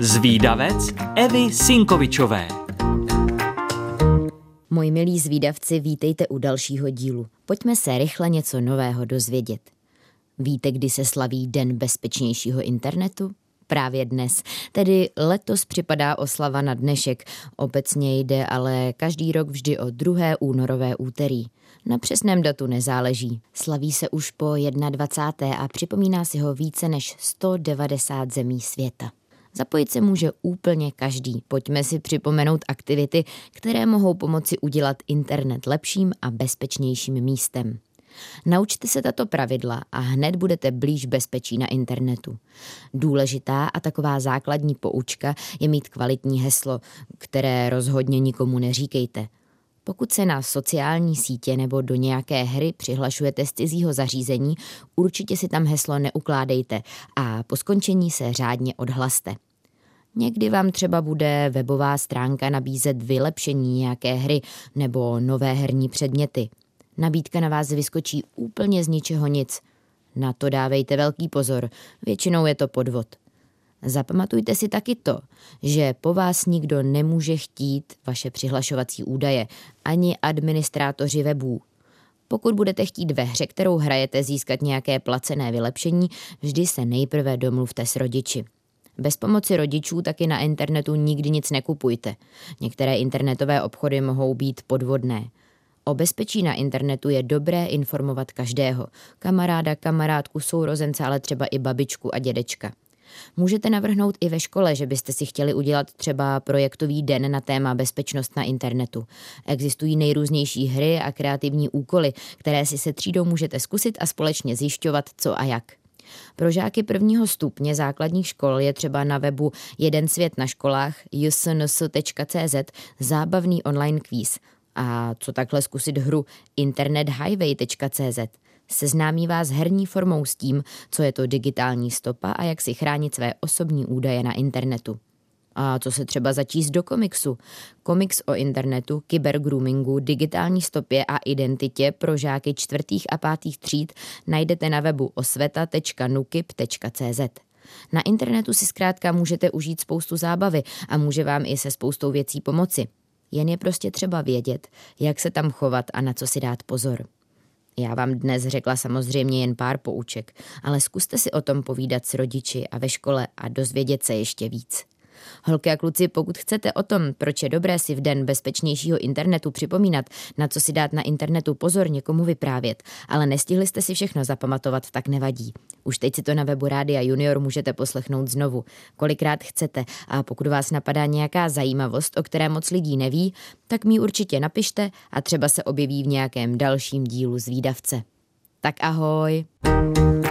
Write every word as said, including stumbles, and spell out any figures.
Zvídavec Evy Sinkovičové. Moji milí zvídavci, vítejte u dalšího dílu. Pojďme se rychle něco nového dozvědět. Víte, kdy se slaví Den bezpečnějšího internetu? Právě dnes, tedy letos připadá oslava na dnešek. Obecně jde ale každý rok vždy o druhé únorové úterý. Na přesném datu nezáleží. Slaví se už po dvacáté první a připomíná si ho více než sto devadesát zemí světa. Zapojit se může úplně každý. Pojďme si připomenout aktivity, které mohou pomoci udělat internet lepším a bezpečnějším místem. Naučte se tato pravidla a hned budete blíž bezpečí na internetu. Důležitá a taková základní poučka je mít kvalitní heslo, které rozhodně nikomu neříkejte. Pokud se na sociální sítě nebo do nějaké hry přihlašujete z cizího zařízení, určitě si tam heslo neukládejte a po skončení se řádně odhlaste. Někdy vám třeba bude webová stránka nabízet vylepšení nějaké hry nebo nové herní předměty. Nabídka na vás vyskočí úplně z ničeho nic. Na to dávejte velký pozor, většinou je to podvod. Zapamatujte si taky to, že po vás nikdo nemůže chtít vaše přihlašovací údaje, ani administrátoři webů. Pokud budete chtít ve hře, kterou hrajete, získat nějaké placené vylepšení, vždy se nejprve domluvte s rodiči. Bez pomoci rodičů taky na internetu nikdy nic nekupujte. Některé internetové obchody mohou být podvodné. O bezpečí na internetu je dobré informovat každého. Kamaráda, kamarádku, sourozence, ale třeba i babičku a dědečka. Můžete navrhnout i ve škole, že byste si chtěli udělat třeba projektový den na téma bezpečnost na internetu. Existují nejrůznější hry a kreativní úkoly, které si se třídou můžete zkusit a společně zjišťovat, co a jak. Pro žáky prvního stupně základních škol je třeba na webu Jeden svět na školách j s n s tečka c z zábavný online kvíz. A co takhle zkusit hru internet highway tečka c z. Seznámí vás herní formou s tím, co je to digitální stopa a jak si chránit své osobní údaje na internetu. A co se třeba začíst do komiksu? Komiks o internetu, kybergroomingu, digitální stopě a identitě pro žáky čtvrtých a pátých tříd najdete na webu osveta tečka nukip tečka c z. Na internetu si zkrátka můžete užít spoustu zábavy a může vám i se spoustou věcí pomoci. Jen je prostě třeba vědět, jak se tam chovat a na co si dát pozor. Já vám dnes řekla samozřejmě jen pár pouček, ale zkuste si o tom povídat s rodiči a ve škole a dozvědět se ještě víc. Holky a kluci, pokud chcete o tom, proč je dobré si v den bezpečnějšího internetu připomínat, na co si dát na internetu pozor, někomu vyprávět, ale nestihli jste si všechno zapamatovat, tak nevadí. Už teď si to na webu Rádia Junior můžete poslechnout znovu, kolikrát chcete, a pokud vás napadá nějaká zajímavost, o které moc lidí neví, tak mi určitě napište a třeba se objeví v nějakém dalším dílu Zvídavce. Tak ahoj!